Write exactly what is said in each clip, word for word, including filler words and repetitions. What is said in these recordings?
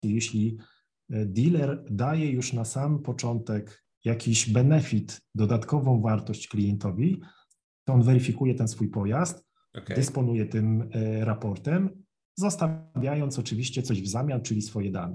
jeśli dealer daje już na sam początek jakiś benefit, dodatkową wartość klientowi, to on weryfikuje ten swój pojazd, okay. dysponuje tym raportem, zostawiając oczywiście coś w zamian, czyli swoje dane.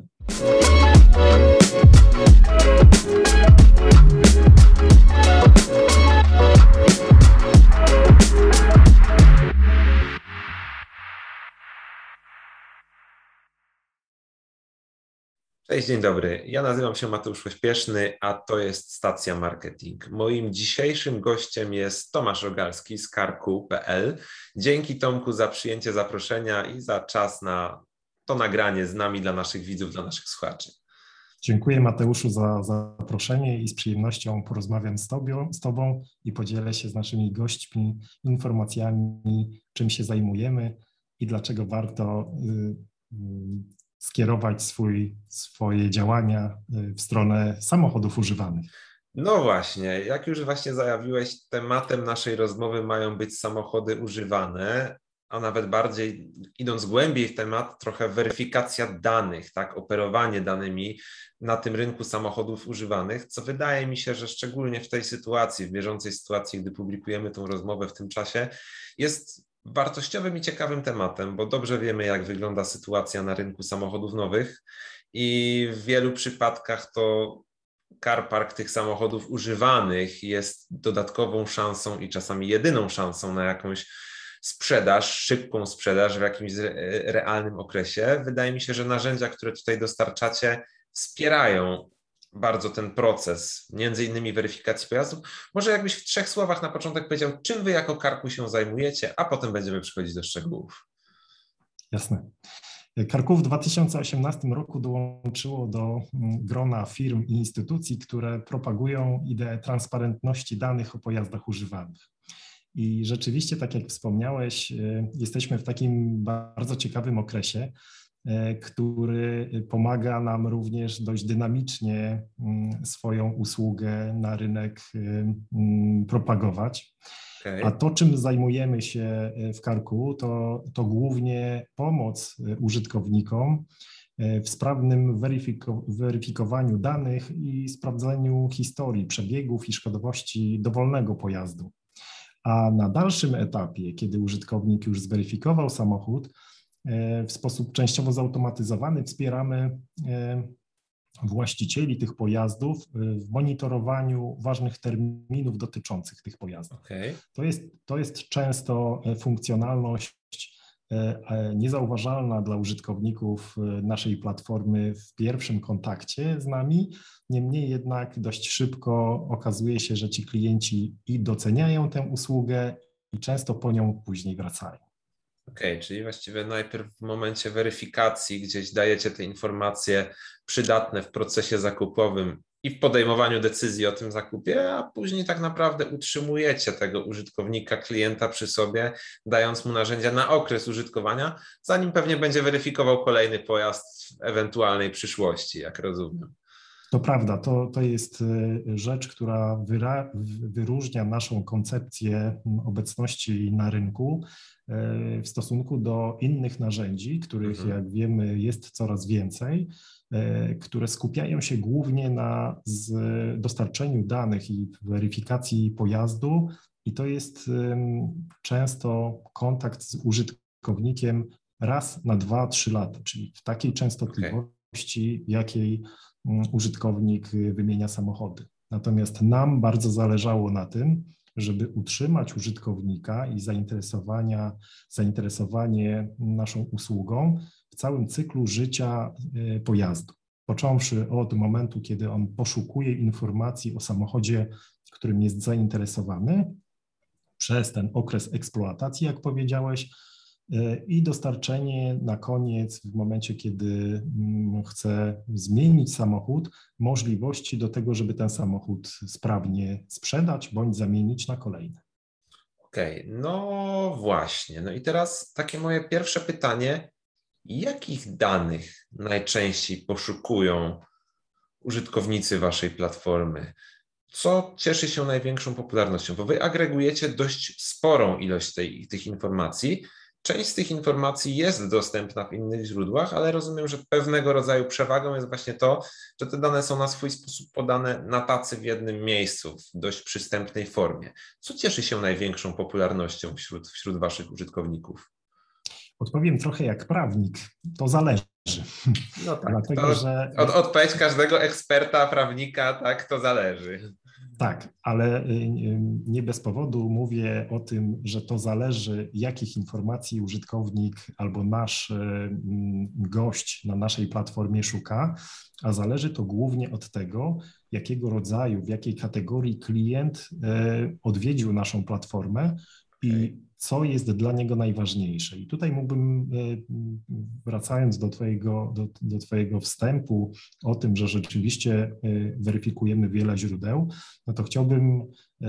Cześć, dzień dobry. Ja nazywam się Mateusz Pośpieszny, a to jest Stacja Marketing. Moim dzisiejszym gościem jest Tomasz Rogalski z karku kropka pe el. Dzięki Tomku za przyjęcie zaproszenia i za czas na to nagranie z nami dla naszych widzów, dla naszych słuchaczy. Dziękuję Mateuszu za zaproszenie i z przyjemnością porozmawiam z tobą, z Tobą i podzielę się z naszymi gośćmi informacjami, czym się zajmujemy i dlaczego warto y, y, skierować swój, swoje działania w stronę samochodów używanych. No właśnie, jak już właśnie zajawiłeś, tematem naszej rozmowy mają być samochody używane, a nawet bardziej idąc głębiej w temat, trochę weryfikacja danych, tak, operowanie danymi na tym rynku samochodów używanych, co wydaje mi się, że szczególnie w tej sytuacji, w bieżącej sytuacji, gdy publikujemy tą rozmowę w tym czasie, jest wartościowym i ciekawym tematem, bo dobrze wiemy, jak wygląda sytuacja na rynku samochodów nowych i w wielu przypadkach to car park tych samochodów używanych jest dodatkową szansą i czasami jedyną szansą na jakąś sprzedaż, szybką sprzedaż w jakimś realnym okresie. Wydaje mi się, że narzędzia, które tutaj dostarczacie, wspierają bardzo ten proces, między innymi weryfikacji pojazdów. Może jakbyś w trzech słowach na początek powiedział, czym wy jako Karku się zajmujecie, a potem będziemy przechodzić do szczegółów. Jasne. Karku w dwa tysiące osiemnastym roku dołączyło do grona firm i instytucji, które propagują ideę transparentności danych o pojazdach używanych. I rzeczywiście, tak jak wspomniałeś, jesteśmy w takim bardzo ciekawym okresie, który pomaga nam również dość dynamicznie swoją usługę na rynek propagować. Okay. A to, czym zajmujemy się w Karku, to, to głównie pomoc użytkownikom w sprawnym weryfiko- weryfikowaniu danych i sprawdzeniu historii, przebiegów i szkodowości dowolnego pojazdu. A na dalszym etapie, kiedy użytkownik już zweryfikował samochód, w sposób częściowo zautomatyzowany wspieramy właścicieli tych pojazdów w monitorowaniu ważnych terminów dotyczących tych pojazdów. Okay. To jest, to jest często funkcjonalność niezauważalna dla użytkowników naszej platformy w pierwszym kontakcie z nami, niemniej jednak dość szybko okazuje się, że ci klienci i doceniają tę usługę i często po nią później wracają. Okej, okay, czyli właściwie najpierw w momencie weryfikacji gdzieś dajecie te informacje przydatne w procesie zakupowym i w podejmowaniu decyzji o tym zakupie, a później tak naprawdę utrzymujecie tego użytkownika, klienta przy sobie, dając mu narzędzia na okres użytkowania, zanim pewnie będzie weryfikował kolejny pojazd w ewentualnej przyszłości, jak rozumiem. To prawda, to, to jest rzecz, która wyra, wyróżnia naszą koncepcję obecności na rynku w stosunku do innych narzędzi, których, mhm. jak wiemy, jest coraz więcej, które skupiają się głównie na dostarczeniu danych i weryfikacji pojazdu, i to jest często kontakt z użytkownikiem raz na dwa, trzy lata, czyli w takiej częstotliwości, okay. jakiej użytkownik wymienia samochody. Natomiast nam bardzo zależało na tym, żeby utrzymać użytkownika i zainteresowania, zainteresowanie naszą usługą w całym cyklu życia pojazdu. Począwszy od momentu, kiedy on poszukuje informacji o samochodzie, którym jest zainteresowany, przez ten okres eksploatacji, jak powiedziałeś, i dostarczenie na koniec, w momencie, kiedy chce zmienić samochód, możliwości do tego, żeby ten samochód sprawnie sprzedać bądź zamienić na kolejny. Okej, okay, no właśnie. No i teraz takie moje pierwsze pytanie. Jakich danych najczęściej poszukują użytkownicy waszej platformy? Co cieszy się największą popularnością? Bo wy agregujecie dość sporą ilość tej, tych informacji. część z tych informacji jest dostępna w innych źródłach, ale rozumiem, że pewnego rodzaju przewagą jest właśnie to, że te dane są na swój sposób podane na tacy w jednym miejscu, w dość przystępnej formie. Co cieszy się największą popularnością wśród, wśród waszych użytkowników? Odpowiem trochę jak prawnik, to zależy. No tak, Dlatego, to że... od, odpowiedź każdego eksperta, prawnika, tak, to zależy. Tak, ale nie bez powodu mówię o tym, że to zależy, jakich informacji użytkownik albo nasz gość na naszej platformie szuka, a zależy to głównie od tego, jakiego rodzaju, w jakiej kategorii klient odwiedził naszą platformę i co jest dla niego najważniejsze. I tutaj mógłbym, wracając do twojego, do, do twojego wstępu o tym, że rzeczywiście weryfikujemy wiele źródeł, no to chciałbym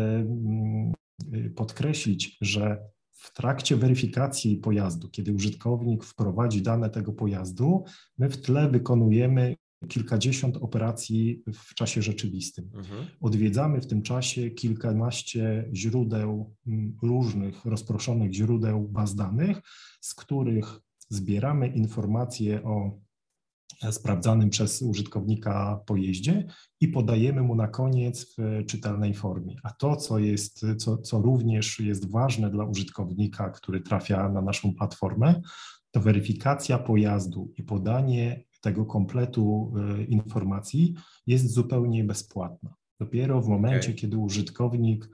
podkreślić, że w trakcie weryfikacji pojazdu, kiedy użytkownik wprowadzi dane tego pojazdu, my w tle wykonujemy kilkadziesiąt operacji w czasie rzeczywistym. Mhm. Odwiedzamy w tym czasie kilkanaście źródeł, różnych rozproszonych źródeł baz danych, z których zbieramy informacje o sprawdzanym przez użytkownika pojeździe i podajemy mu na koniec w czytelnej formie. A to, co jest, co, co również jest ważne dla użytkownika, który trafia na naszą platformę, to weryfikacja pojazdu i podanie tego kompletu informacji jest zupełnie bezpłatna. Dopiero w momencie, okay. kiedy użytkownik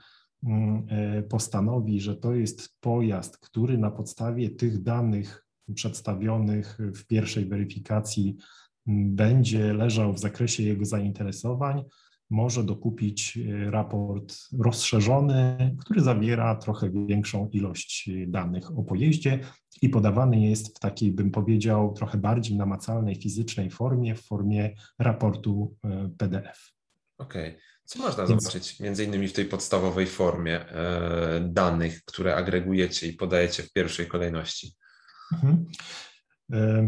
postanowi, że to jest pojazd, który na podstawie tych danych przedstawionych w pierwszej weryfikacji będzie leżał w zakresie jego zainteresowań, może dokupić raport rozszerzony, który zawiera trochę większą ilość danych o pojeździe i podawany jest w takiej, bym powiedział, trochę bardziej namacalnej, fizycznej formie, w formie raportu P D F. Okej. Okay. Co można Więc... zobaczyć między innymi w tej podstawowej formie e, danych, które agregujecie i podajecie w pierwszej kolejności? Mhm. E,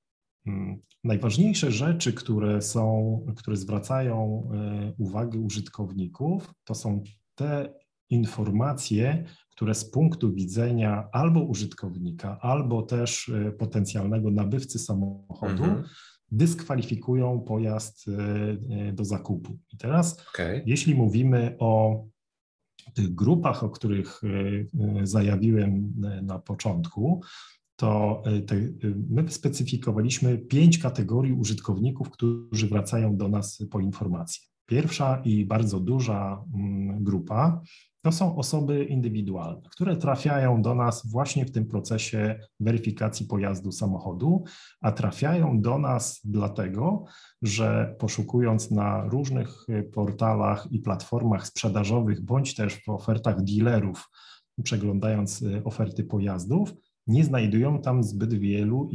Najważniejsze rzeczy, które są, które zwracają uwagę użytkowników, to są te informacje, które z punktu widzenia albo użytkownika, albo też potencjalnego nabywcy samochodu mhm. dyskwalifikują pojazd do zakupu. I teraz, okay. jeśli mówimy o tych grupach, o których zajawiłem na początku, to te, my specyfikowaliśmy pięć kategorii użytkowników, którzy wracają do nas po informacje. Pierwsza i bardzo duża grupa to są osoby indywidualne, które trafiają do nas właśnie w tym procesie weryfikacji pojazdu samochodu, a trafiają do nas dlatego, że poszukując na różnych portalach i platformach sprzedażowych, bądź też w ofertach dealerów, przeglądając oferty pojazdów, nie znajdują tam zbyt wielu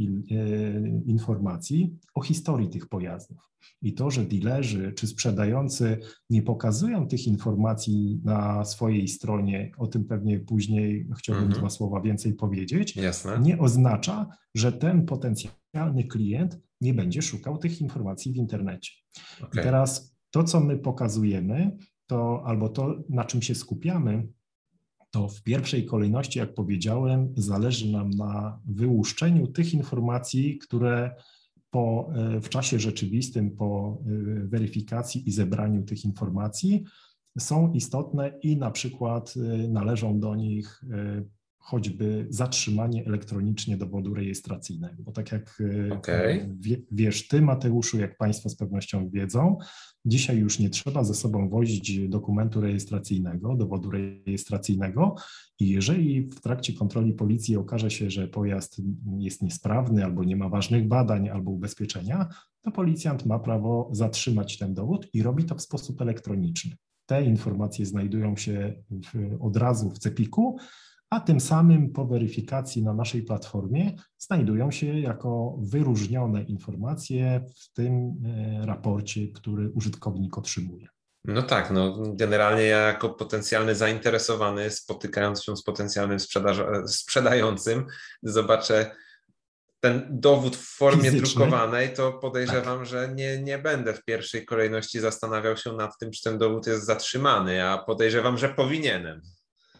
informacji o historii tych pojazdów. I to, że dealerzy czy sprzedający nie pokazują tych informacji na swojej stronie, o tym pewnie później chciałbym mm-hmm. dwa słowa więcej powiedzieć, Jasne. nie oznacza, że ten potencjalny klient nie będzie szukał tych informacji w internecie. Okay. I teraz to, co my pokazujemy, to albo to, na czym się skupiamy, to w pierwszej kolejności, jak powiedziałem, zależy nam na wyłuszczeniu tych informacji, które po, w czasie rzeczywistym, po weryfikacji i zebraniu tych informacji są istotne i na przykład należą do nich choćby zatrzymanie elektronicznie dowodu rejestracyjnego. Bo tak jak okay. wiesz ty, Mateuszu, jak Państwo z pewnością wiedzą, dzisiaj już nie trzeba ze sobą wozić dokumentu rejestracyjnego, dowodu rejestracyjnego i jeżeli w trakcie kontroli policji okaże się, że pojazd jest niesprawny albo nie ma ważnych badań albo ubezpieczenia, to policjant ma prawo zatrzymać ten dowód i robi to w sposób elektroniczny. Te informacje znajdują się w, od razu w cepiku, a tym samym po weryfikacji na naszej platformie znajdują się jako wyróżnione informacje w tym raporcie, który użytkownik otrzymuje. No tak, no generalnie ja jako potencjalny zainteresowany, spotykając się z potencjalnym sprzedającym, zobaczę ten dowód w formie Fizyczny. drukowanej, to podejrzewam, tak. że nie, nie będę w pierwszej kolejności zastanawiał się nad tym, czy ten dowód jest zatrzymany, a podejrzewam, że powinienem.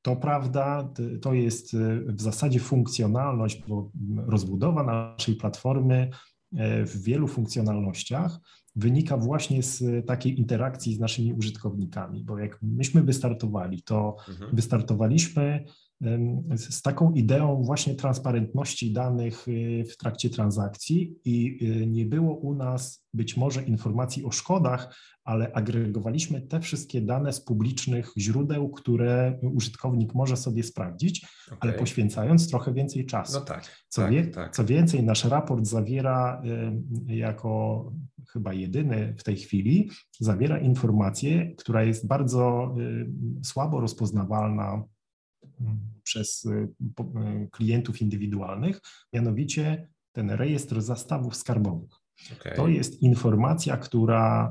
To prawda, to jest w zasadzie funkcjonalność, bo rozbudowa naszej platformy w wielu funkcjonalnościach wynika właśnie z takiej interakcji z naszymi użytkownikami, bo jak myśmy wystartowali, to mhm. wystartowaliśmy z taką ideą właśnie transparentności danych w trakcie transakcji i nie było u nas być może informacji o szkodach, ale agregowaliśmy te wszystkie dane z publicznych źródeł, które użytkownik może sobie sprawdzić, okay. ale poświęcając trochę więcej czasu. No tak, co, tak, wie, tak. co więcej, nasz raport zawiera jako chyba jedyny w tej chwili, zawiera informację, która jest bardzo słabo rozpoznawalna przez klientów indywidualnych, mianowicie ten rejestr zastawów skarbowych. Okay. To jest informacja, która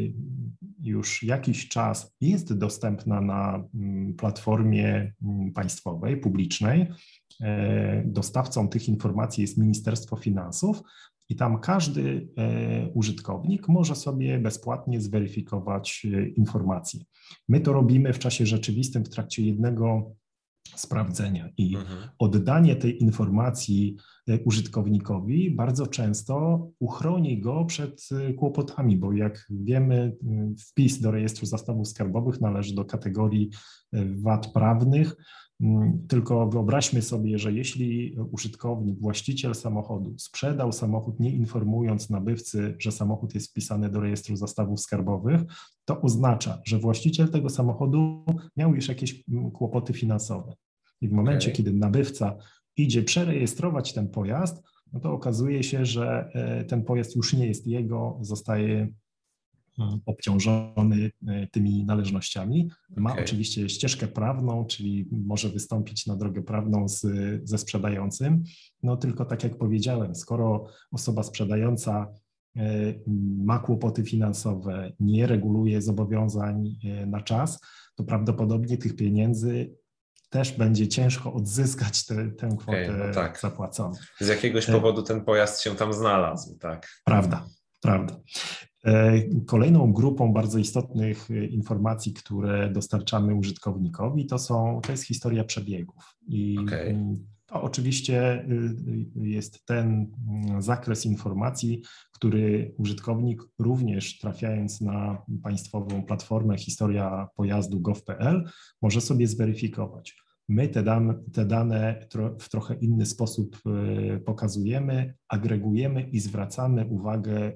już jakiś czas jest dostępna na platformie państwowej, publicznej. Dostawcą tych informacji jest Ministerstwo Finansów i tam każdy użytkownik może sobie bezpłatnie zweryfikować informacje. My to robimy w czasie rzeczywistym w trakcie jednego sprawdzenia i mhm. oddanie tej informacji użytkownikowi bardzo często uchroni go przed kłopotami, bo jak wiemy, wpis do rejestru zastawów skarbowych należy do kategorii wad prawnych, tylko wyobraźmy sobie, że jeśli użytkownik, właściciel samochodu sprzedał samochód, nie informując nabywcy, że samochód jest wpisany do rejestru zastawów skarbowych, to oznacza, że właściciel tego samochodu miał już jakieś kłopoty finansowe. I w momencie, okay. kiedy nabywca idzie przerejestrować ten pojazd, no to okazuje się, że ten pojazd już nie jest jego, zostaje obciążony tymi należnościami. Ma okay. oczywiście ścieżkę prawną, czyli może wystąpić na drogę prawną z, ze sprzedającym. No tylko tak jak powiedziałem, skoro osoba sprzedająca ma kłopoty finansowe, nie reguluje zobowiązań na czas, to prawdopodobnie tych pieniędzy też będzie ciężko odzyskać te, tę kwotę okay, no tak. zapłaconą. Z jakiegoś powodu ten pojazd się tam znalazł, tak? Prawda, prawda. Kolejną grupą bardzo istotnych informacji, które dostarczamy użytkownikowi, to są, to jest historia przebiegów. I okay. to oczywiście jest ten zakres informacji, który użytkownik również trafiając na państwową platformę historia pojazdu gov kropka p l może sobie zweryfikować. My te dane, te dane w trochę inny sposób pokazujemy, agregujemy i zwracamy uwagę,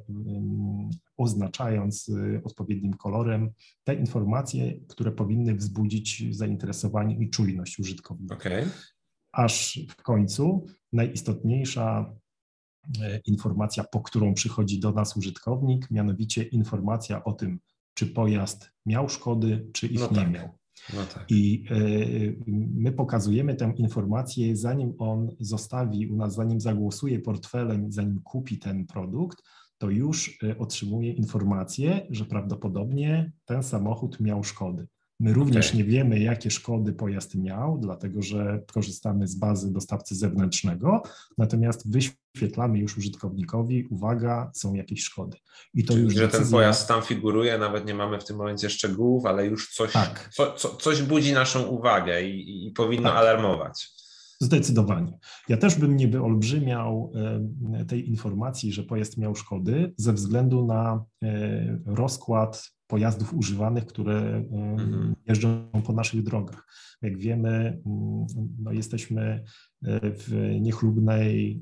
oznaczając odpowiednim kolorem te informacje, które powinny wzbudzić zainteresowanie i czujność użytkownika. Okay. Aż w końcu najistotniejsza informacja, po którą przychodzi do nas użytkownik, mianowicie informacja o tym, czy pojazd miał szkody, czy ich no nie tak. miał. No tak. I my pokazujemy tę informację, zanim on zostawi u nas, zanim zagłosuje portfelem, zanim kupi ten produkt, to już otrzymuje informację, że prawdopodobnie ten samochód miał szkody. My również okay. nie wiemy, jakie szkody pojazd miał, dlatego że korzystamy z bazy dostawcy zewnętrznego, natomiast wyświetlamy już użytkownikowi, uwaga, są jakieś szkody. I to Czyli, już że decyzja... ten pojazd tam figuruje, nawet nie mamy w tym momencie szczegółów, ale już coś, tak. co, co, coś budzi naszą uwagę i, i powinno tak. alarmować. Zdecydowanie. Ja też bym nie wyolbrzymiał tej informacji, że pojazd miał szkody ze względu na rozkład pojazdów używanych, które mhm. jeżdżą po naszych drogach. Jak wiemy, no jesteśmy w niechlubnej,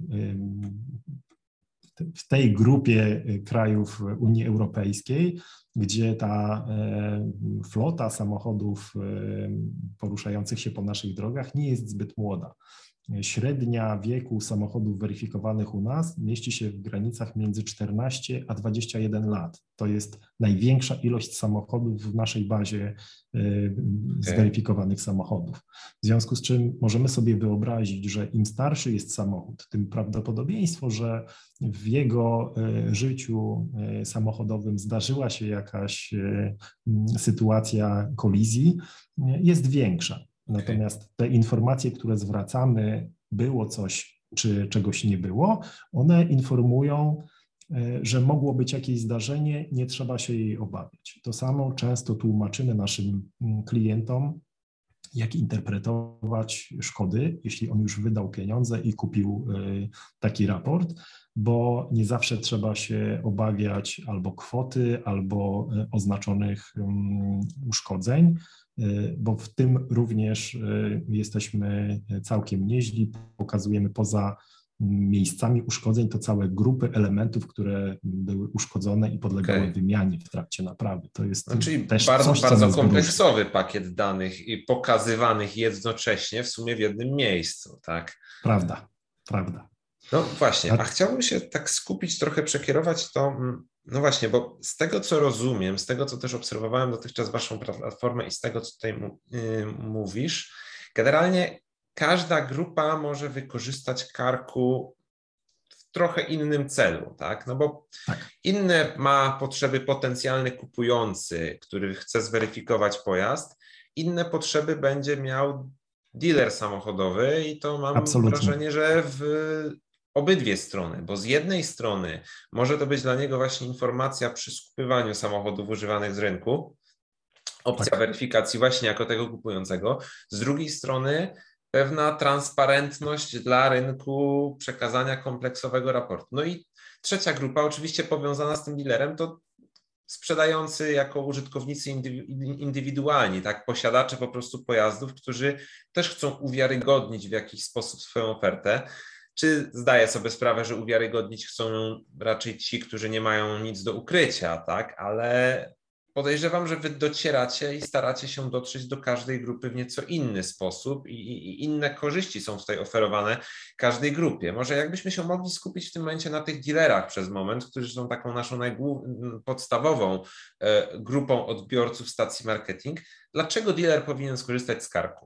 w tej grupie krajów Unii Europejskiej, gdzie ta flota samochodów poruszających się po naszych drogach nie jest zbyt młoda. Średnia wieku samochodów weryfikowanych u nas mieści się w granicach między czternaście a dwadzieścia jeden lat. To jest największa ilość samochodów w naszej bazie okay. zweryfikowanych samochodów. W związku z czym możemy sobie wyobrazić, że im starszy jest samochód, tym prawdopodobieństwo, że w jego życiu samochodowym zdarzyła się jakaś sytuacja kolizji, jest większa. Natomiast te informacje, które zwracamy, było coś, czy czegoś nie było, one informują, że mogło być jakieś zdarzenie, nie trzeba się jej obawiać. To samo często tłumaczymy naszym klientom, jak interpretować szkody, jeśli on już wydał pieniądze i kupił taki raport, bo nie zawsze trzeba się obawiać albo kwoty, albo oznaczonych uszkodzeń, bo w tym również jesteśmy całkiem nieźli, pokazujemy poza miejscami uszkodzeń to całe grupy elementów, które były uszkodzone i podlegały okay. wymianie w trakcie naprawy. To jest no, czyli też bardzo, coś, bardzo kompleksowy wyróżnia. Pakiet danych i pokazywanych jednocześnie w sumie w jednym miejscu, tak? Prawda, prawda. No właśnie, a chciałbym się tak skupić, trochę przekierować to, no właśnie, bo z tego, co rozumiem, z tego, co też obserwowałem dotychczas waszą platformę i z tego, co tutaj yy, mówisz, generalnie każda grupa może wykorzystać Karku w trochę innym celu, tak? No bo tak. Inne ma potrzeby potencjalny kupujący, który chce zweryfikować pojazd, inne potrzeby będzie miał dealer samochodowy i to mam Absolutnie. wrażenie, że w obydwie strony, bo z jednej strony może to być dla niego właśnie informacja przy skupywaniu samochodów używanych z rynku, opcja tak. weryfikacji właśnie jako tego kupującego, z drugiej strony pewna transparentność dla rynku przekazania kompleksowego raportu. No i trzecia grupa, oczywiście powiązana z tym dealerem, to sprzedający jako użytkownicy indywidualni, tak, posiadacze po prostu pojazdów, którzy też chcą uwiarygodnić w jakiś sposób swoją ofertę. Czy zdaję sobie sprawę, że uwiarygodnić chcą ją raczej ci, którzy nie mają nic do ukrycia, tak, ale podejrzewam, że wy docieracie i staracie się dotrzeć do każdej grupy w nieco inny sposób i, i inne korzyści są tutaj oferowane każdej grupie. Może jakbyśmy się mogli skupić w tym momencie na tych dealerach przez moment, którzy są taką naszą podstawową e, grupą odbiorców stacji marketing. Dlaczego dealer powinien skorzystać z Karku?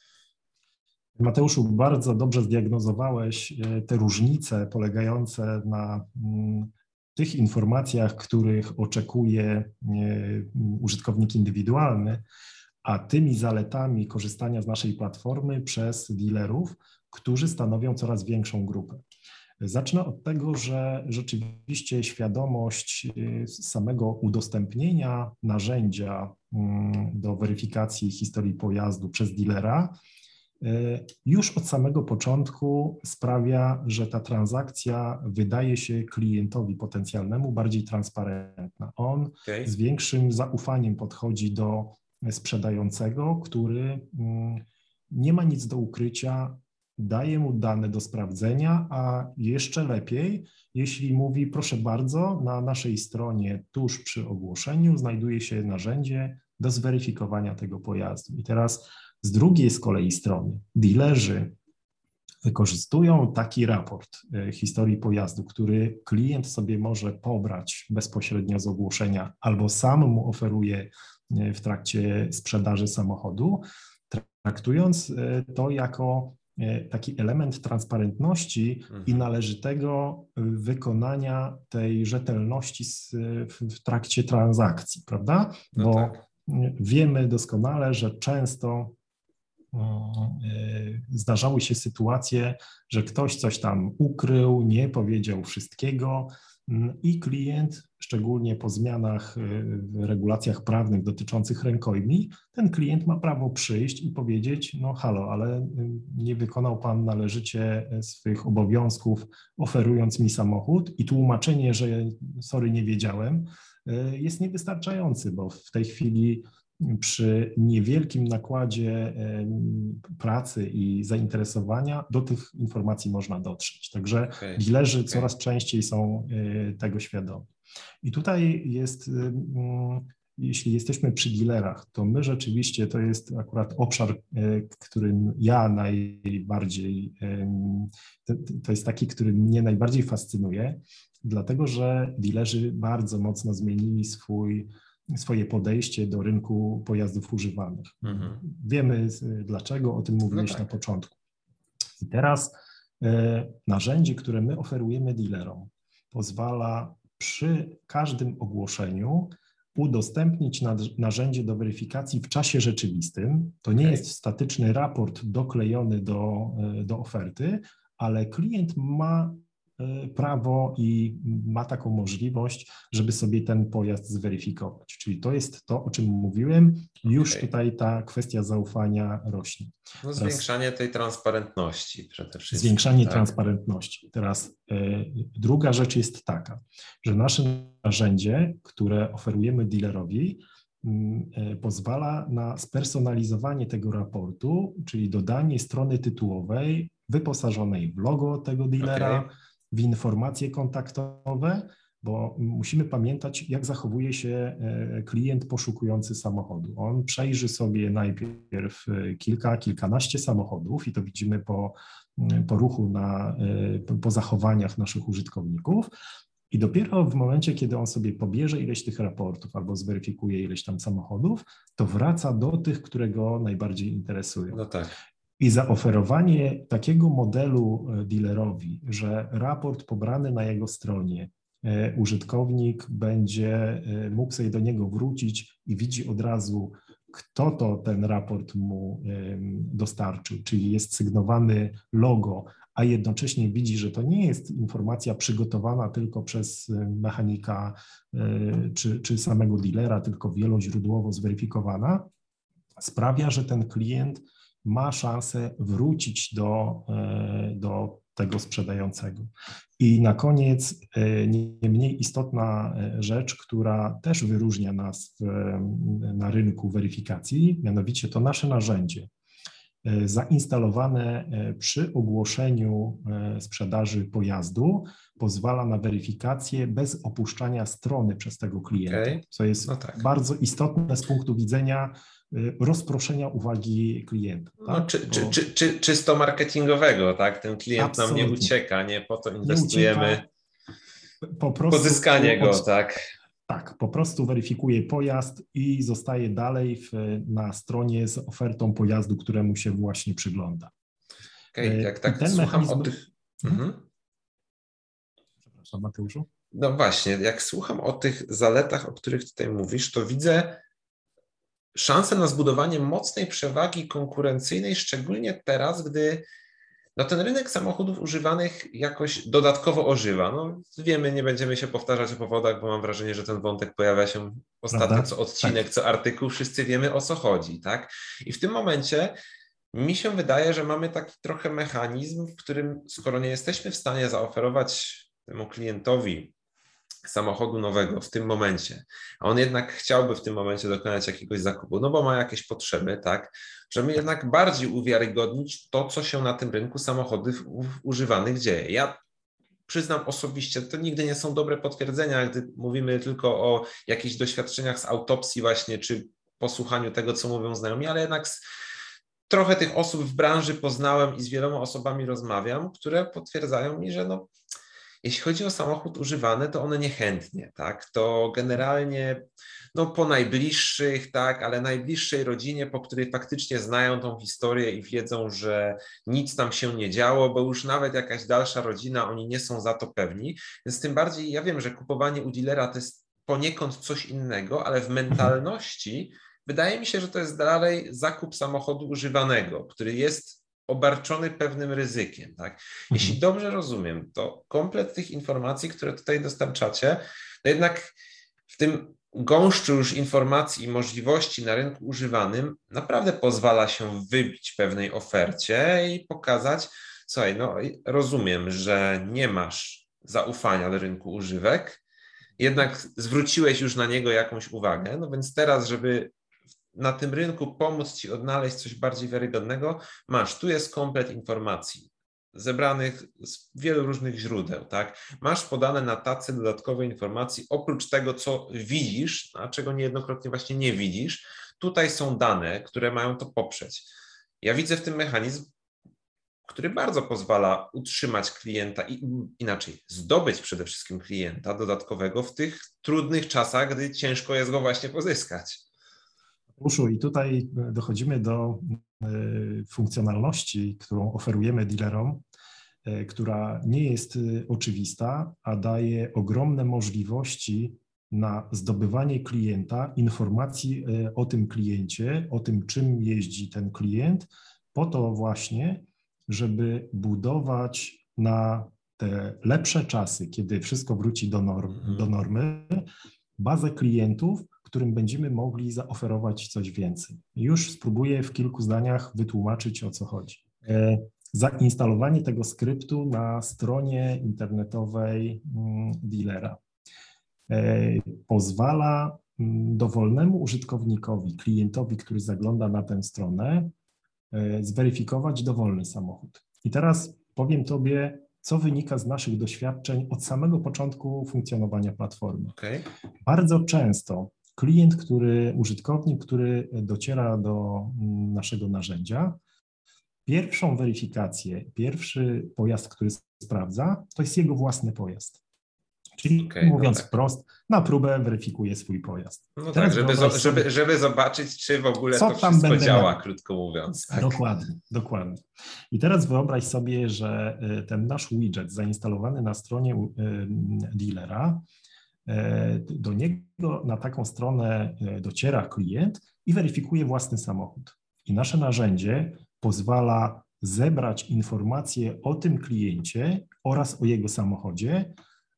Mateuszu, bardzo dobrze zdiagnozowałeś te różnice polegające na tych informacjach, których oczekuje użytkownik indywidualny, a tymi zaletami korzystania z naszej platformy przez dealerów, którzy stanowią coraz większą grupę. Zacznę od tego, że rzeczywiście świadomość samego udostępnienia narzędzia do weryfikacji historii pojazdu przez dealera już od samego początku sprawia, że ta transakcja wydaje się klientowi potencjalnemu bardziej transparentna. On okay. z większym zaufaniem podchodzi do sprzedającego, który nie ma nic do ukrycia, daje mu dane do sprawdzenia, a jeszcze lepiej, jeśli mówi, proszę bardzo, na naszej stronie tuż przy ogłoszeniu znajduje się narzędzie do zweryfikowania tego pojazdu. I teraz z drugiej z kolei strony dealerzy wykorzystują taki raport historii pojazdu, który klient sobie może pobrać bezpośrednio z ogłoszenia albo sam mu oferuje w trakcie sprzedaży samochodu, traktując to jako taki element transparentności mhm. i należytego wykonania tej rzetelności w trakcie transakcji, prawda? No Bo tak. wiemy doskonale, że często zdarzały się sytuacje, że ktoś coś tam ukrył, nie powiedział wszystkiego i klient, szczególnie po zmianach w regulacjach prawnych dotyczących rękojmi, ten klient ma prawo przyjść i powiedzieć, no halo, ale nie wykonał pan należycie swych obowiązków, oferując mi samochód i tłumaczenie, że sorry, nie wiedziałem, jest niewystarczający, bo w tej chwili przy niewielkim nakładzie pracy i zainteresowania do tych informacji można dotrzeć. Także okay. dealerzy okay. coraz częściej są tego świadomi. I tutaj jest, jeśli jesteśmy przy dealerach, to my rzeczywiście, to jest akurat obszar, którym ja najbardziej, to jest taki, który mnie najbardziej fascynuje, dlatego że dealerzy bardzo mocno zmienili swój swoje podejście do rynku pojazdów używanych. Mhm. Wiemy dlaczego, o tym mówiłeś no tak. na początku. I teraz e, narzędzie, które my oferujemy dealerom, pozwala przy każdym ogłoszeniu udostępnić narzędzie do weryfikacji w czasie rzeczywistym. To nie okay. jest statyczny raport doklejony do, do oferty, ale klient ma prawo i ma taką możliwość, żeby sobie ten pojazd zweryfikować. Czyli to jest to, o czym mówiłem, już Okay. tutaj ta kwestia zaufania rośnie. No, zwiększanie tej transparentności przede wszystkim. Zwiększanie tak? transparentności. Teraz y, druga rzecz jest taka, że nasze narzędzie, które oferujemy dealerowi, y, pozwala na spersonalizowanie tego raportu, czyli dodanie strony tytułowej wyposażonej w logo tego dealera, okay. w informacje kontaktowe, bo musimy pamiętać, jak zachowuje się klient poszukujący samochodu. On przejrzy sobie najpierw kilka, kilkanaście samochodów i to widzimy po, po ruchu, na, po zachowaniach naszych użytkowników. I dopiero w momencie, kiedy on sobie pobierze ileś tych raportów albo zweryfikuje ileś tam samochodów, to wraca do tych, które go najbardziej interesują. No tak. I zaoferowanie takiego modelu dealerowi, że raport pobrany na jego stronie, użytkownik będzie mógł sobie do niego wrócić i widzi od razu, kto to ten raport mu dostarczył, czyli jest sygnowany logo, a jednocześnie widzi, że to nie jest informacja przygotowana tylko przez mechanika czy, czy samego dealera, tylko wieloźródłowo zweryfikowana, sprawia, że ten klient ma szansę wrócić do, do tego sprzedającego. I na koniec nie mniej istotna rzecz, która też wyróżnia nas w, na rynku weryfikacji, mianowicie to nasze narzędzie zainstalowane przy ogłoszeniu sprzedaży pojazdu pozwala na weryfikację bez opuszczania strony przez tego klienta, okay. co jest no tak. bardzo istotne z punktu widzenia rozproszenia uwagi klienta. No, tak? czy, czy, czy, czy, czysto marketingowego, tak? Ten klient Absolutnie. nam nie ucieka, nie po to inwestujemy po prostu pozyskanie go, od... tak? Tak, po prostu weryfikuje pojazd i zostaje dalej w, na stronie z ofertą pojazdu, któremu się właśnie przygląda. Okej, okay, jak tak słucham mechanizm... o tych... Mhm. Przepraszam, Mateuszu. No właśnie, jak słucham o tych zaletach, o których tutaj mówisz, to widzę szansę na zbudowanie mocnej przewagi konkurencyjnej, szczególnie teraz, gdy no ten rynek samochodów używanych jakoś dodatkowo ożywa. No wiemy, nie będziemy się powtarzać o powodach, bo mam wrażenie, że ten wątek pojawia się ostatnio Prawda? co odcinek, tak. co artykuł, wszyscy wiemy, o co chodzi, tak? I w tym momencie mi się wydaje, że mamy taki trochę mechanizm, w którym skoro nie jesteśmy w stanie zaoferować temu klientowi samochodu nowego w tym momencie, a on jednak chciałby w tym momencie dokonać jakiegoś zakupu, no bo ma jakieś potrzeby, tak, żeby jednak bardziej uwiarygodnić to, co się na tym rynku samochodów używanych dzieje. Ja przyznam osobiście, to nigdy nie są dobre potwierdzenia, gdy mówimy tylko o jakichś doświadczeniach z autopsji właśnie, czy posłuchaniu tego, co mówią znajomi, ale jednak z, trochę tych osób w branży poznałem i z wieloma osobami rozmawiam, które potwierdzają mi, że no jeśli chodzi o samochód używany, to one niechętnie, tak, to generalnie no po najbliższych, tak, ale najbliższej rodzinie, po której faktycznie znają tą historię i wiedzą, że nic tam się nie działo, bo już nawet jakaś dalsza rodzina, oni nie są za to pewni, więc tym bardziej ja wiem, że kupowanie u dealera to jest poniekąd coś innego, ale w mentalności wydaje mi się, że to jest dalej zakup samochodu używanego, który jest obarczony pewnym ryzykiem, tak? Jeśli mhm. dobrze rozumiem, to komplet tych informacji, które tutaj dostarczacie, to jednak w tym gąszczu już informacji i możliwości na rynku używanym naprawdę pozwala się wybić pewnej ofercie i pokazać, słuchaj, no rozumiem, że nie masz zaufania do rynku używek, jednak zwróciłeś już na niego jakąś uwagę, no więc teraz, żeby na tym rynku pomóc Ci odnaleźć coś bardziej wiarygodnego, masz, tu jest komplet informacji zebranych z wielu różnych źródeł, tak? Masz podane na tacy dodatkowe informacji, oprócz tego, co widzisz, a czego niejednokrotnie właśnie nie widzisz, tutaj są dane, które mają to poprzeć. Ja widzę w tym mechanizm, który bardzo pozwala utrzymać klienta i inaczej zdobyć przede wszystkim klienta dodatkowego w tych trudnych czasach, gdy ciężko jest go właśnie pozyskać. Uszu, i tutaj dochodzimy do funkcjonalności, którą oferujemy dealerom, która nie jest oczywista, a daje ogromne możliwości na zdobywanie klienta, informacji o tym kliencie, o tym, czym jeździ ten klient, po to właśnie, żeby budować na te lepsze czasy, kiedy wszystko wróci do, norm, Mhm. do normy, bazę klientów, którym będziemy mogli zaoferować coś więcej. Już spróbuję w kilku zdaniach wytłumaczyć, o co chodzi. E, zainstalowanie tego skryptu na stronie internetowej mm, dealera e, pozwala mm, dowolnemu użytkownikowi, klientowi, który zagląda na tę stronę, e, zweryfikować dowolny samochód. I teraz powiem Tobie, co wynika z naszych doświadczeń od samego początku funkcjonowania platformy. Okay. Bardzo często klient, który, użytkownik, który dociera do naszego narzędzia, pierwszą weryfikację, pierwszy pojazd, który sprawdza, to jest jego własny pojazd. Czyli Okay, mówiąc no tak. wprost, na próbę weryfikuje swój pojazd. No Teraz tak, żeby, sobie, żeby, żeby zobaczyć, czy w ogóle co to tam wszystko będę działa, miał. krótko mówiąc. Tak. Dokładnie, dokładnie. I teraz wyobraź sobie, że ten nasz widget zainstalowany na stronie dealera, do niego na taką stronę dociera klient i weryfikuje własny samochód. I nasze narzędzie pozwala zebrać informacje o tym kliencie oraz o jego samochodzie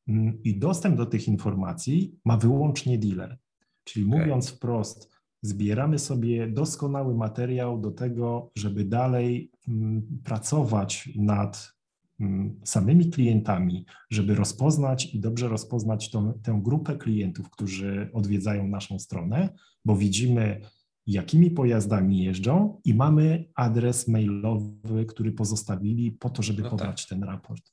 i dostęp do tych informacji ma wyłącznie dealer. Czyli Okay. mówiąc wprost, zbieramy sobie doskonały materiał do tego, żeby dalej pracować nad samymi klientami, żeby rozpoznać i dobrze rozpoznać tą, tę grupę klientów, którzy odwiedzają naszą stronę, bo widzimy, jakimi pojazdami jeżdżą i mamy adres mailowy, który pozostawili po to, żeby no pobrać tak. ten raport.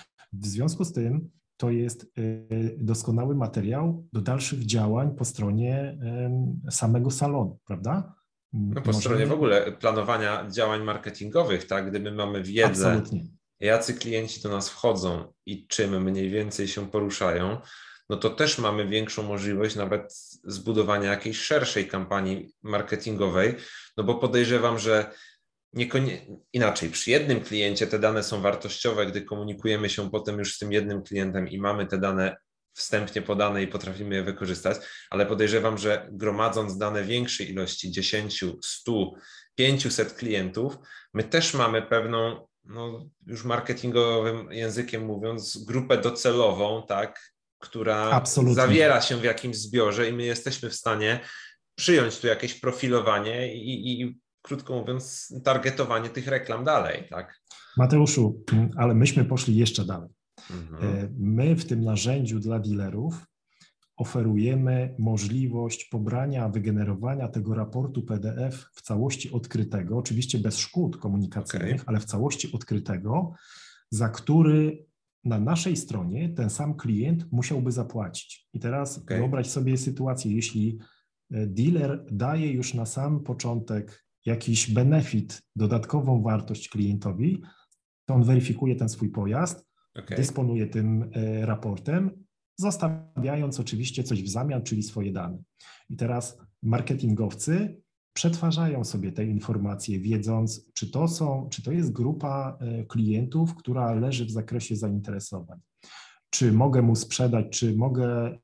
W związku z tym to jest doskonały materiał do dalszych działań po stronie samego salonu, prawda? No po Możemy... stronie w ogóle planowania działań marketingowych, tak? Gdy my mamy wiedzę, Absolutnie. jacy klienci do nas wchodzą i czym mniej więcej się poruszają, no to też mamy większą możliwość nawet zbudowania jakiejś szerszej kampanii marketingowej, no bo podejrzewam, że niekoniecznie inaczej, przy jednym kliencie te dane są wartościowe, gdy komunikujemy się potem już z tym jednym klientem i mamy te dane wstępnie podane i potrafimy je wykorzystać, ale podejrzewam, że gromadząc dane większej ilości, dziesięć, sto, pięćset klientów, my też mamy pewną, no już marketingowym językiem mówiąc, grupę docelową, tak, która Absolutnie. zawiera się w jakimś zbiorze i my jesteśmy w stanie przyjąć tu jakieś profilowanie i, i krótko mówiąc, targetowanie tych reklam dalej, tak? Mateuszu, ale myśmy poszli jeszcze dalej. Mhm. My w tym narzędziu dla dealerów oferujemy możliwość pobrania, wygenerowania tego raportu P D F w całości odkrytego, oczywiście bez szkód komunikacyjnych, okay. ale w całości odkrytego, za który na naszej stronie ten sam klient musiałby zapłacić. I teraz okay. wyobraź sobie sytuację, jeśli dealer daje już na sam początek jakiś benefit, dodatkową wartość klientowi, to on weryfikuje ten swój pojazd, okay. dysponuje tym raportem, zostawiając oczywiście coś w zamian, czyli swoje dane. I teraz marketingowcy przetwarzają sobie te informacje, wiedząc, czy to są, czy to jest grupa klientów, która leży w zakresie zainteresowań. Czy mogę mu sprzedać, czy mogę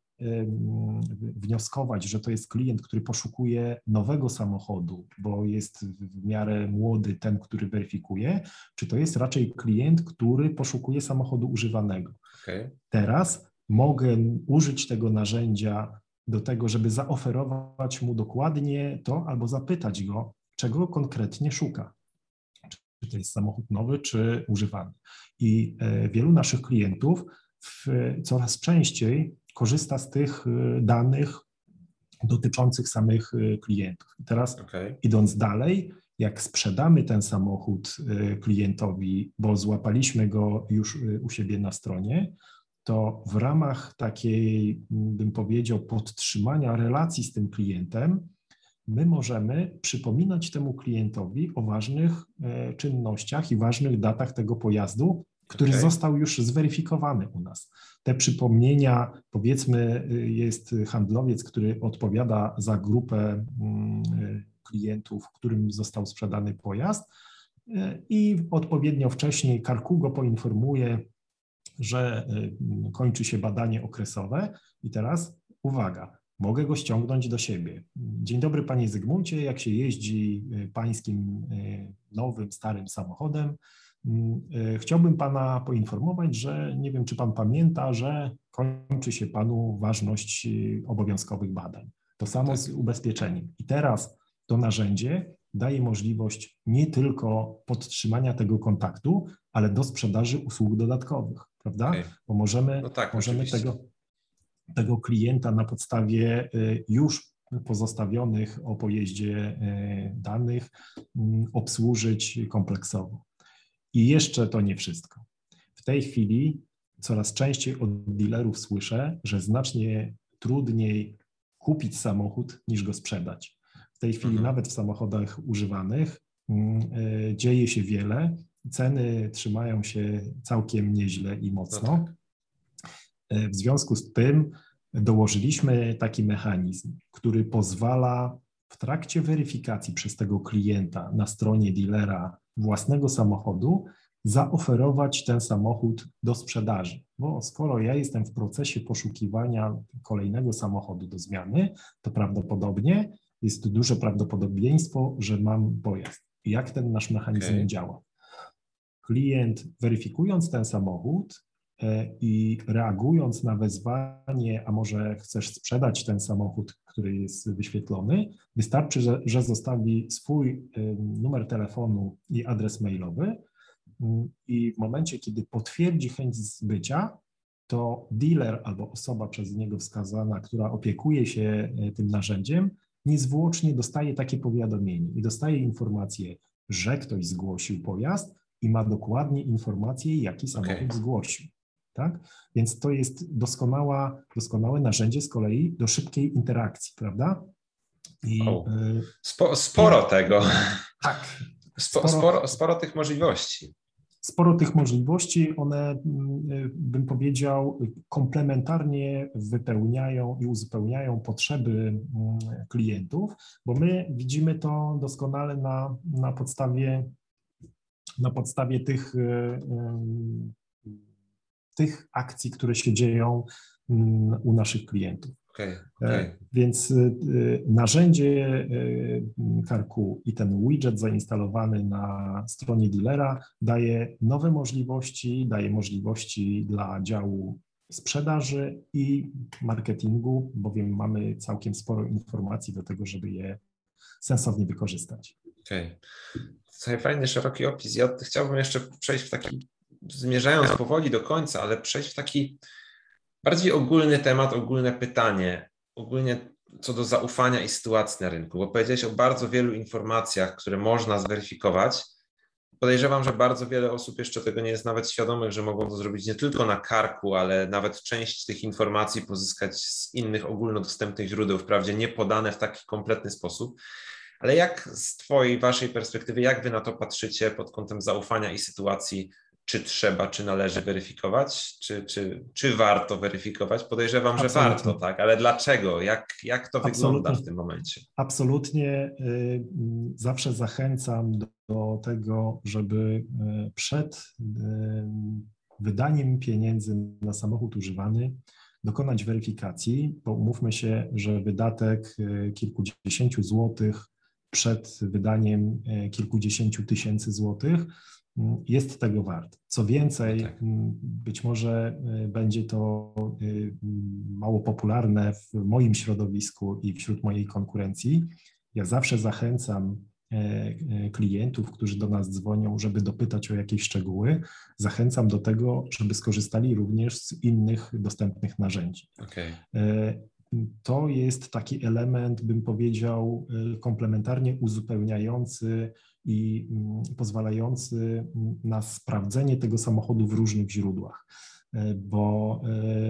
wnioskować, że to jest klient, który poszukuje nowego samochodu, bo jest w miarę młody ten, który weryfikuje, czy to jest raczej klient, który poszukuje samochodu używanego. Okay. Teraz mogę użyć tego narzędzia do tego, żeby zaoferować mu dokładnie to albo zapytać go, czego konkretnie szuka. Czy to jest samochód nowy, czy używany. I wielu naszych klientów w, coraz częściej korzysta z tych danych dotyczących samych klientów. I teraz okay. idąc dalej, jak sprzedamy ten samochód klientowi, bo złapaliśmy go już u siebie na stronie, to w ramach takiej, bym powiedział, podtrzymania relacji z tym klientem, my możemy przypominać temu klientowi o ważnych czynnościach i ważnych datach tego pojazdu, który okay. został już zweryfikowany u nas. Te przypomnienia, powiedzmy, jest handlowiec, który odpowiada za grupę klientów, którym został sprzedany pojazd i odpowiednio wcześniej Carcugo poinformuje, że kończy się badanie okresowe i teraz uwaga, mogę go ściągnąć do siebie. Dzień dobry panie Zygmuncie, jak się jeździ pańskim nowym, starym samochodem, Chciałbym Pana poinformować, że nie wiem, czy Pan pamięta, że kończy się Panu ważność obowiązkowych badań. To samo z ubezpieczeniem. I teraz to narzędzie daje możliwość nie tylko podtrzymania tego kontaktu, ale do sprzedaży usług dodatkowych, prawda? Okay. Bo możemy, no tak, możemy tego, tego klienta na podstawie już pozostawionych o pojeździe danych obsłużyć kompleksowo. I jeszcze to nie wszystko. W tej chwili coraz częściej od dealerów słyszę, że znacznie trudniej kupić samochód niż go sprzedać. W tej chwili mhm. nawet w samochodach używanych y, dzieje się wiele, ceny trzymają się całkiem nieźle i mocno. No tak. W związku z tym dołożyliśmy taki mechanizm, który pozwala w trakcie weryfikacji przez tego klienta na stronie dealera własnego samochodu zaoferować ten samochód do sprzedaży. Bo skoro ja jestem w procesie poszukiwania kolejnego samochodu do zmiany, to prawdopodobnie jest duże prawdopodobieństwo, że mam pojazd. I jak ten nasz mechanizm okay. działa? Klient weryfikując ten samochód i reagując na wezwanie, a może chcesz sprzedać ten samochód, który jest wyświetlony, wystarczy, że, że zostawi swój numer telefonu i adres mailowy i w momencie, kiedy potwierdzi chęć zbycia, to dealer albo osoba przez niego wskazana, która opiekuje się tym narzędziem, niezwłocznie dostaje takie powiadomienie i dostaje informację, że ktoś zgłosił pojazd i ma dokładnie informację, jaki samochód okay. zgłosił. Tak? Więc to jest doskonała, doskonałe narzędzie z kolei do szybkiej interakcji, prawda? I, oh. Spo, sporo i, tego. Tak. Sporo, sporo, sporo tych możliwości. Sporo tych możliwości, one, bym powiedział, komplementarnie wypełniają i uzupełniają potrzeby klientów, bo my widzimy to doskonale na, na podstawie, na podstawie tych tych akcji, które się dzieją u naszych klientów. Okay, okay. Więc narzędzie CarQ i ten widget zainstalowany na stronie dealera daje nowe możliwości, daje możliwości dla działu sprzedaży i marketingu, bowiem mamy całkiem sporo informacji do tego, żeby je sensownie wykorzystać. Okej. Okay. Fajny, szeroki opis. Ja chciałbym jeszcze przejść w taki, zmierzając powoli do końca, ale przejść w taki bardziej ogólny temat, ogólne pytanie, ogólnie co do zaufania i sytuacji na rynku, bo powiedziałeś o bardzo wielu informacjach, które można zweryfikować. Podejrzewam, że bardzo wiele osób jeszcze tego nie jest nawet świadomych, że mogą to zrobić nie tylko na CarQ, ale nawet część tych informacji pozyskać z innych ogólnodostępnych źródeł, wprawdzie nie podane w taki kompletny sposób. Ale jak z Twojej, Waszej perspektywy, jak Wy na to patrzycie pod kątem zaufania i sytuacji? Czy trzeba, czy należy weryfikować, czy, czy, czy warto weryfikować? Podejrzewam, że Absolutnie. warto, tak, ale dlaczego? Jak, jak to Absolutnie. wygląda w tym momencie? Absolutnie. Zawsze zachęcam do, do tego, żeby przed wydaniem pieniędzy na samochód używany dokonać weryfikacji, bo umówmy się, że wydatek kilkudziesięciu złotych przed wydaniem kilkudziesięciu tysięcy złotych jest tego wart. Co więcej, tak. być może będzie to mało popularne w moim środowisku i wśród mojej konkurencji. Ja zawsze zachęcam klientów, którzy do nas dzwonią, żeby dopytać o jakieś szczegóły. Zachęcam do tego, żeby skorzystali również z innych dostępnych narzędzi. Okay. To jest taki element, bym powiedział, komplementarnie uzupełniający i pozwalający na sprawdzenie tego samochodu w różnych źródłach, bo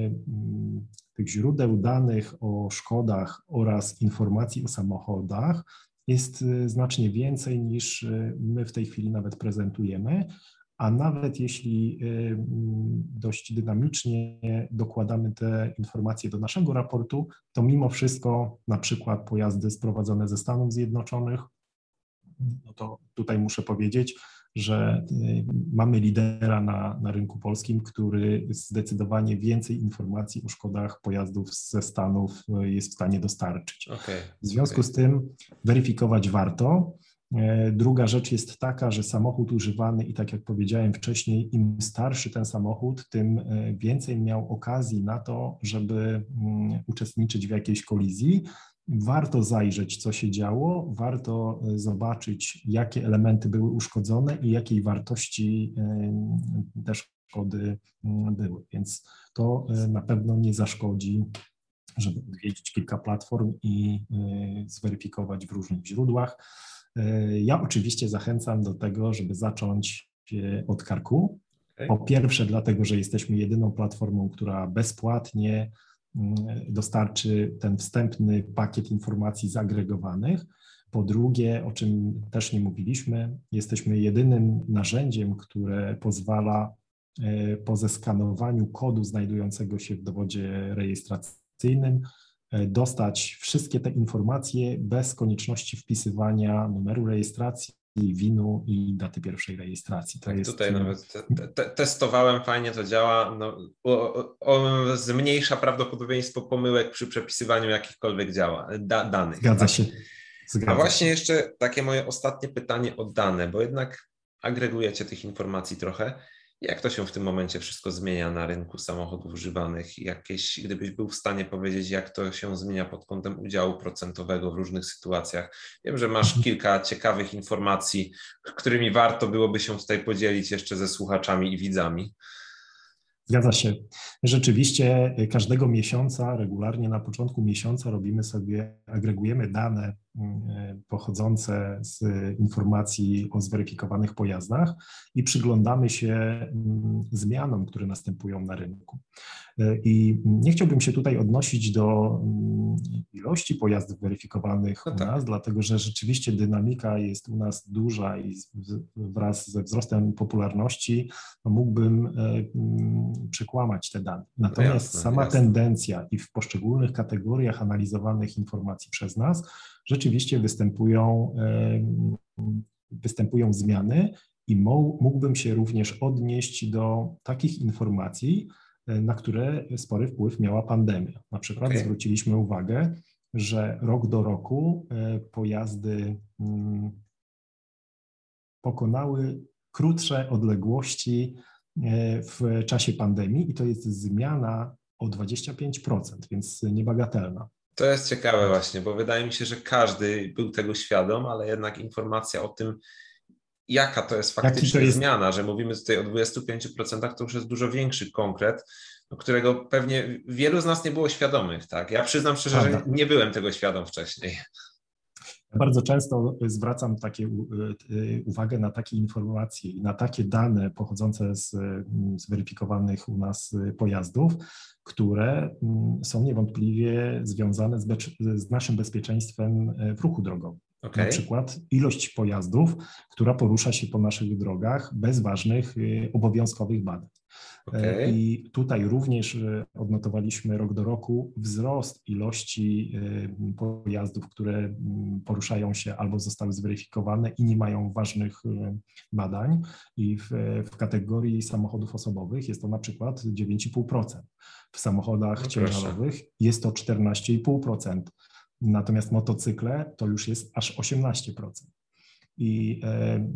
tych źródeł danych o szkodach oraz informacji o samochodach jest znacznie więcej niż my w tej chwili nawet prezentujemy, a nawet jeśli dość dynamicznie dokładamy te informacje do naszego raportu, to mimo wszystko na przykład pojazdy sprowadzone ze Stanów Zjednoczonych, no to tutaj muszę powiedzieć, że mamy lidera na, na rynku polskim, który zdecydowanie więcej informacji o szkodach pojazdów ze Stanów jest w stanie dostarczyć. Okay, w związku okay. z tym weryfikować warto. Druga rzecz jest taka, że samochód używany i tak jak powiedziałem wcześniej, im starszy ten samochód, tym więcej miał okazji na to, żeby uczestniczyć w jakiejś kolizji. Warto zajrzeć, co się działo, warto zobaczyć, jakie elementy były uszkodzone i jakiej wartości te szkody były, więc to na pewno nie zaszkodzi, żeby odwiedzić kilka platform i zweryfikować w różnych źródłach. Ja oczywiście zachęcam do tego, żeby zacząć od Karku. Po pierwsze dlatego, że jesteśmy jedyną platformą, która bezpłatnie dostarczy ten wstępny pakiet informacji zagregowanych. Po drugie, o czym też nie mówiliśmy, jesteśmy jedynym narzędziem, które pozwala po zeskanowaniu kodu znajdującego się w dowodzie rejestracyjnym dostać wszystkie te informacje bez konieczności wpisywania numeru rejestracji, V I N-u i daty pierwszej rejestracji. To tak, jest... Tutaj nawet te, te, testowałem, fajnie to działa. No, o, o, zmniejsza prawdopodobieństwo pomyłek przy przepisywaniu jakichkolwiek działa, da, danych. Zgadza tak? się. Zgadza A właśnie się. jeszcze takie moje ostatnie pytanie o dane, bo jednak agregujecie tych informacji trochę. Jak to się w tym momencie wszystko zmienia na rynku samochodów używanych? Jakieś, gdybyś był w stanie powiedzieć, jak to się zmienia pod kątem udziału procentowego w różnych sytuacjach? Wiem, że masz kilka ciekawych informacji, którymi warto byłoby się tutaj podzielić jeszcze ze słuchaczami i widzami. Zgadza się. Rzeczywiście każdego miesiąca, regularnie na początku miesiąca robimy sobie, agregujemy dane pochodzące z informacji o zweryfikowanych pojazdach i przyglądamy się zmianom, które następują na rynku. I nie chciałbym się tutaj odnosić do ilości pojazdów weryfikowanych no u tak. nas, dlatego że rzeczywiście dynamika jest u nas duża i wraz ze wzrostem popularności no mógłbym przekłamać te dane. Natomiast no jasne, sama jasne. tendencja i w poszczególnych kategoriach analizowanych informacji przez nas rzeczywiście występują, występują zmiany i mógłbym się również odnieść do takich informacji, na które spory wpływ miała pandemia. Na przykład okay. zwróciliśmy uwagę, że rok do roku pojazdy pokonały krótsze odległości w czasie pandemii i to jest zmiana o dwadzieścia pięć procent, więc niebagatelna. To jest ciekawe właśnie, bo wydaje mi się, że każdy był tego świadom, ale jednak informacja o tym, jaka to jest faktycznie to jest... zmiana, że mówimy tutaj o dwudziestu pięciu procentach, to już jest dużo większy konkret, którego pewnie wielu z nas nie było świadomych. Tak? Ja przyznam szczerze, Prawda. że nie byłem tego świadom wcześniej. Bardzo często zwracam takie, uwagę na takie informacje i na takie dane pochodzące z zweryfikowanych u nas pojazdów, które są niewątpliwie związane z, be- z naszym bezpieczeństwem w ruchu drogowym. Okay. Na przykład ilość pojazdów, która porusza się po naszych drogach bez ważnych obowiązkowych badań. Okay. I tutaj również odnotowaliśmy rok do roku wzrost ilości pojazdów, które poruszają się albo zostały zweryfikowane i nie mają ważnych badań. I w, w kategorii samochodów osobowych jest to na przykład dziewięć i pół procent. W samochodach no ciężarowych jest to czternaście i pół procent. Natomiast motocykle to już jest aż osiemnaście procent. I e,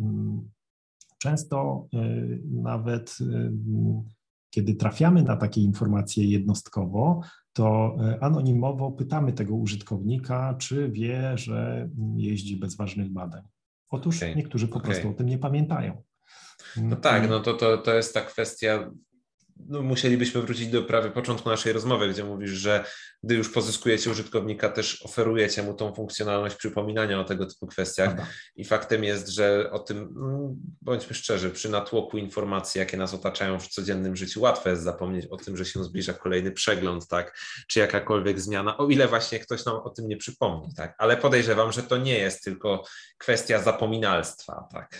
często e, nawet e, kiedy trafiamy na takie informacje jednostkowo, to anonimowo pytamy tego użytkownika, czy wie, że jeździ bez ważnych badań. Otóż okay. niektórzy po okay. prostu o tym nie pamiętają. No tak, no to, to, to jest ta kwestia. No, musielibyśmy wrócić do prawie początku naszej rozmowy, gdzie mówisz, że gdy już pozyskujecie użytkownika, też oferujecie mu tą funkcjonalność przypominania o tego typu kwestiach. Aha. I faktem jest, że o tym, bądźmy szczerzy, przy natłoku informacji, jakie nas otaczają w codziennym życiu, łatwo jest zapomnieć o tym, że się zbliża kolejny przegląd, tak, czy jakakolwiek zmiana, o ile właśnie ktoś nam o tym nie przypomni, tak. Ale podejrzewam, że to nie jest tylko kwestia zapominalstwa, tak.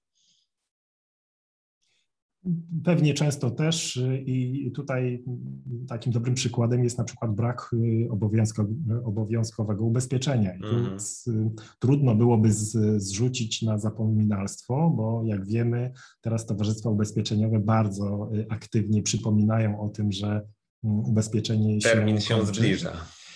Pewnie często też i tutaj takim dobrym przykładem jest na przykład brak obowiązkowego ubezpieczenia. I tu mm. trudno byłoby z, zrzucić na zapominalstwo, bo jak wiemy, teraz towarzystwa ubezpieczeniowe bardzo aktywnie przypominają o tym, że ubezpieczenie termin się, się zbliża.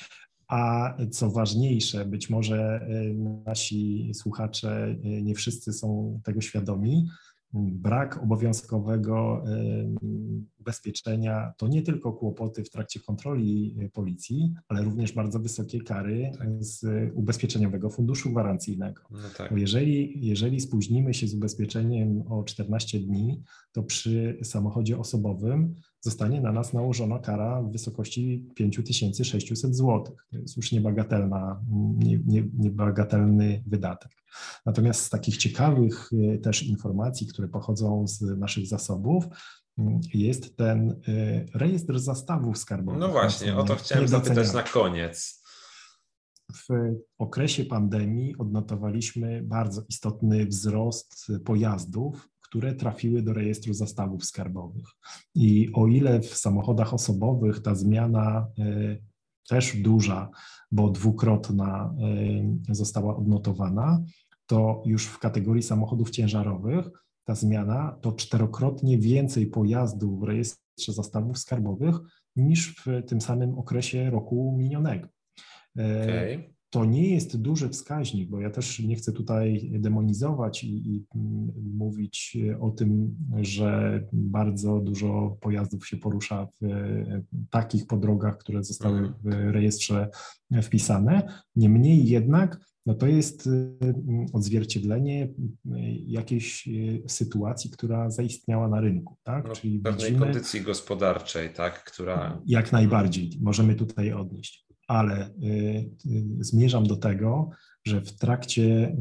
A co ważniejsze, być może nasi słuchacze nie wszyscy są tego świadomi, brak obowiązkowego ubezpieczenia to nie tylko kłopoty w trakcie kontroli policji, ale również bardzo wysokie kary z ubezpieczeniowego funduszu gwarancyjnego. No tak. Bo jeżeli, jeżeli spóźnimy się z ubezpieczeniem o czternaście dni, to przy samochodzie osobowym zostanie na nas nałożona kara w wysokości pięć tysięcy sześćset złotych. To jest już niebagatelna, nie, nie, niebagatelny wydatek. Natomiast z takich ciekawych też informacji, które pochodzą z naszych zasobów, jest ten rejestr zastawów skarbowych. No właśnie, o to chciałem zapytać na koniec. W okresie pandemii odnotowaliśmy bardzo istotny wzrost pojazdów, które trafiły do rejestru zastawów skarbowych. I o ile w samochodach osobowych ta zmiana też duża, bo dwukrotna została odnotowana, to już w kategorii samochodów ciężarowych ta zmiana to czterokrotnie więcej pojazdów w rejestrze zastawów skarbowych niż w tym samym okresie roku minionego. Okay. To nie jest duży wskaźnik, bo ja też nie chcę tutaj demonizować i, i mówić o tym, że bardzo dużo pojazdów się porusza w takich podrogach, które zostały w rejestrze wpisane. Niemniej jednak no to jest odzwierciedlenie jakiejś sytuacji, która zaistniała na rynku. Tak? No, Czyli pewnej widzimy, kondycji gospodarczej, tak, która... Jak najbardziej możemy tutaj odnieść. Ale y, y, zmierzam do tego, że w trakcie y,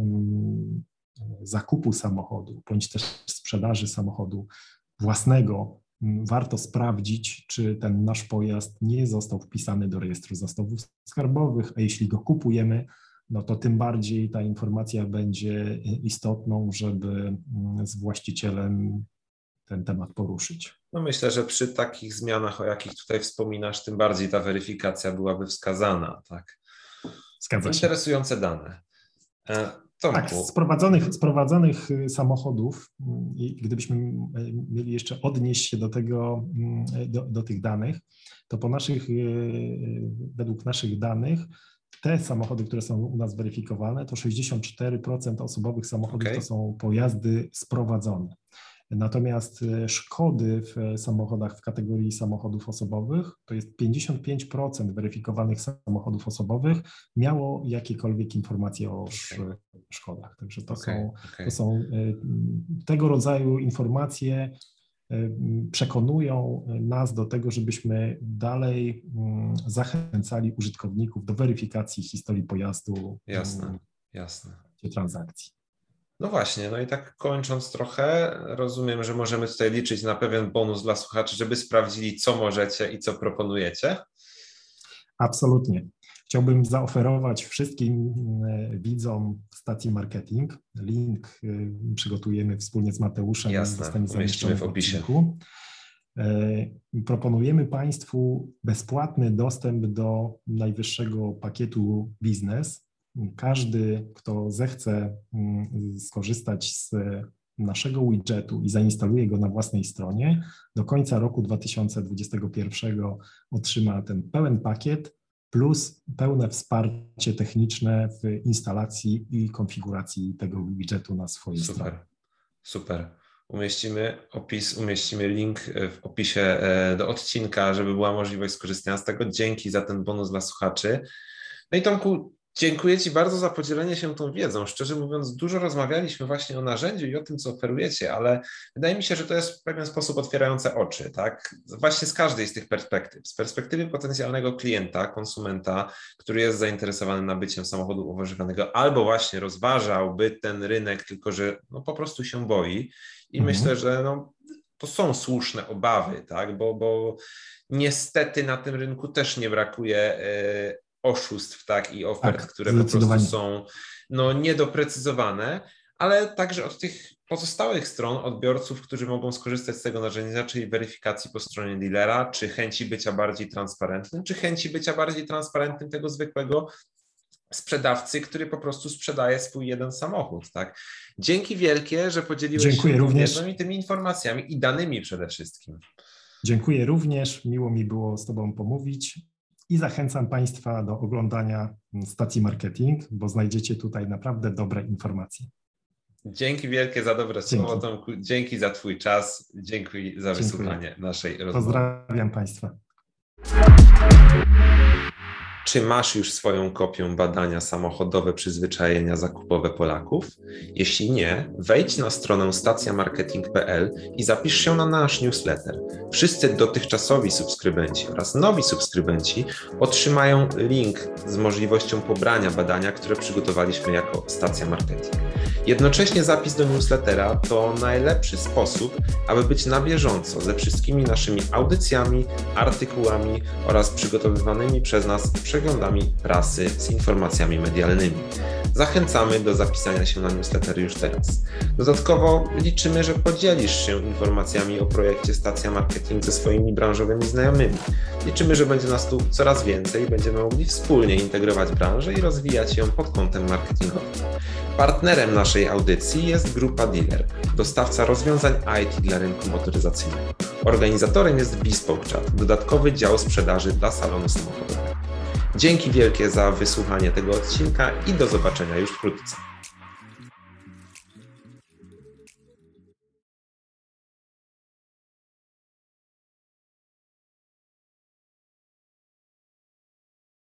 zakupu samochodu bądź też sprzedaży samochodu własnego y, warto sprawdzić, czy ten nasz pojazd nie został wpisany do rejestru zastawów skarbowych, a jeśli go kupujemy, no to tym bardziej ta informacja będzie istotną, żeby y, z właścicielem ten temat poruszyć. No myślę, że przy takich zmianach, o jakich tutaj wspominasz, tym bardziej ta weryfikacja byłaby wskazana, tak? Zgadza się. Interesujące dane. Tomku. Tak, z prowadzonych, z prowadzonych samochodów, i gdybyśmy mieli jeszcze odnieść się do tego, do, do tych danych, to po naszych, według naszych danych, te samochody, które są u nas weryfikowane, to sześćdziesiąt cztery procent osobowych samochodów okay. to są pojazdy sprowadzone. Natomiast szkody w samochodach w kategorii samochodów osobowych to jest pięćdziesiąt pięć procent weryfikowanych samochodów osobowych miało jakiekolwiek informacje o okay. szkodach. Także to, okay. są, okay. to są tego rodzaju informacje, przekonują nas do tego, żebyśmy dalej zachęcali użytkowników do weryfikacji historii pojazdu. Jasne, jasne. W transakcji. No właśnie, no i tak kończąc trochę, rozumiem, że możemy tutaj liczyć na pewien bonus dla słuchaczy, żeby sprawdzili, co możecie i co proponujecie. Absolutnie. Chciałbym zaoferować wszystkim widzom stacji marketing. Link przygotujemy wspólnie z Mateuszem. Jasne, umieścimy w opisie. Proponujemy Państwu bezpłatny dostęp do najwyższego pakietu biznes. Każdy, kto zechce skorzystać z naszego widgetu i zainstaluje go na własnej stronie, do końca roku dwa tysiące dwudziestego pierwszego otrzyma ten pełen pakiet plus pełne wsparcie techniczne w instalacji i konfiguracji tego widgetu na swojej Super. stronie. Super. Umieścimy opis, umieścimy link w opisie do odcinka, żeby była możliwość skorzystania z tego. Dzięki za ten bonus dla słuchaczy. No i Tomku, dziękuję Ci bardzo za podzielenie się tą wiedzą. Szczerze mówiąc, dużo rozmawialiśmy właśnie o narzędziu i o tym, co oferujecie, ale wydaje mi się, że to jest w pewien sposób otwierające oczy, tak? Właśnie z każdej z tych perspektyw. Z perspektywy potencjalnego klienta, konsumenta, który jest zainteresowany nabyciem samochodu używanego albo właśnie rozważałby ten rynek, tylko że no, po prostu się boi i mhm. myślę, że no, to są słuszne obawy, tak? Bo, bo niestety na tym rynku też nie brakuje yy, oszustw, tak, i ofert, tak, które po prostu są no, niedoprecyzowane, ale także od tych pozostałych stron odbiorców, którzy mogą skorzystać z tego narzędzia, czyli weryfikacji po stronie dealera, czy chęci bycia bardziej transparentnym, czy chęci bycia bardziej transparentnym tego zwykłego sprzedawcy, który po prostu sprzedaje swój jeden samochód, tak. Dzięki wielkie, że podzieliłeś Dziękuję się również. wiedzą i tymi informacjami i danymi przede wszystkim. Dziękuję również, miło mi było z Tobą pomówić. i zachęcam Państwa do oglądania stacji marketing, bo znajdziecie tutaj naprawdę dobre informacje. Dzięki wielkie za dobre Dzięki. słowo, Tomku. Dzięki za Twój czas. Dzięki za wysłuchanie Dziękuję. naszej rozmowy. Pozdrawiam Państwa. Czy masz już swoją kopię badania samochodowe przyzwyczajenia zakupowe Polaków? Jeśli nie, wejdź na stronę stacja marketing kropka p l i zapisz się na nasz newsletter. Wszyscy dotychczasowi subskrybenci oraz nowi subskrybenci otrzymają link z możliwością pobrania badania, które przygotowaliśmy jako stacja marketing. Jednocześnie zapis do newslettera to najlepszy sposób, aby być na bieżąco ze wszystkimi naszymi audycjami, artykułami oraz przygotowywanymi przez nas przeglądami prasy z informacjami medialnymi. Zachęcamy do zapisania się na newsletter już teraz. Dodatkowo liczymy, że podzielisz się informacjami o projekcie Stacja Marketing ze swoimi branżowymi znajomymi. Liczymy, że będzie nas tu coraz więcej i będziemy mogli wspólnie integrować branżę i rozwijać ją pod kątem marketingowym. Partnerem naszej audycji jest Grupa Dealer, dostawca rozwiązań I T dla rynku motoryzacyjnego. Organizatorem jest Bespoke Chat, dodatkowy dział sprzedaży dla salonu samochodowego. Dzięki wielkie za wysłuchanie tego odcinka i do zobaczenia już wkrótce.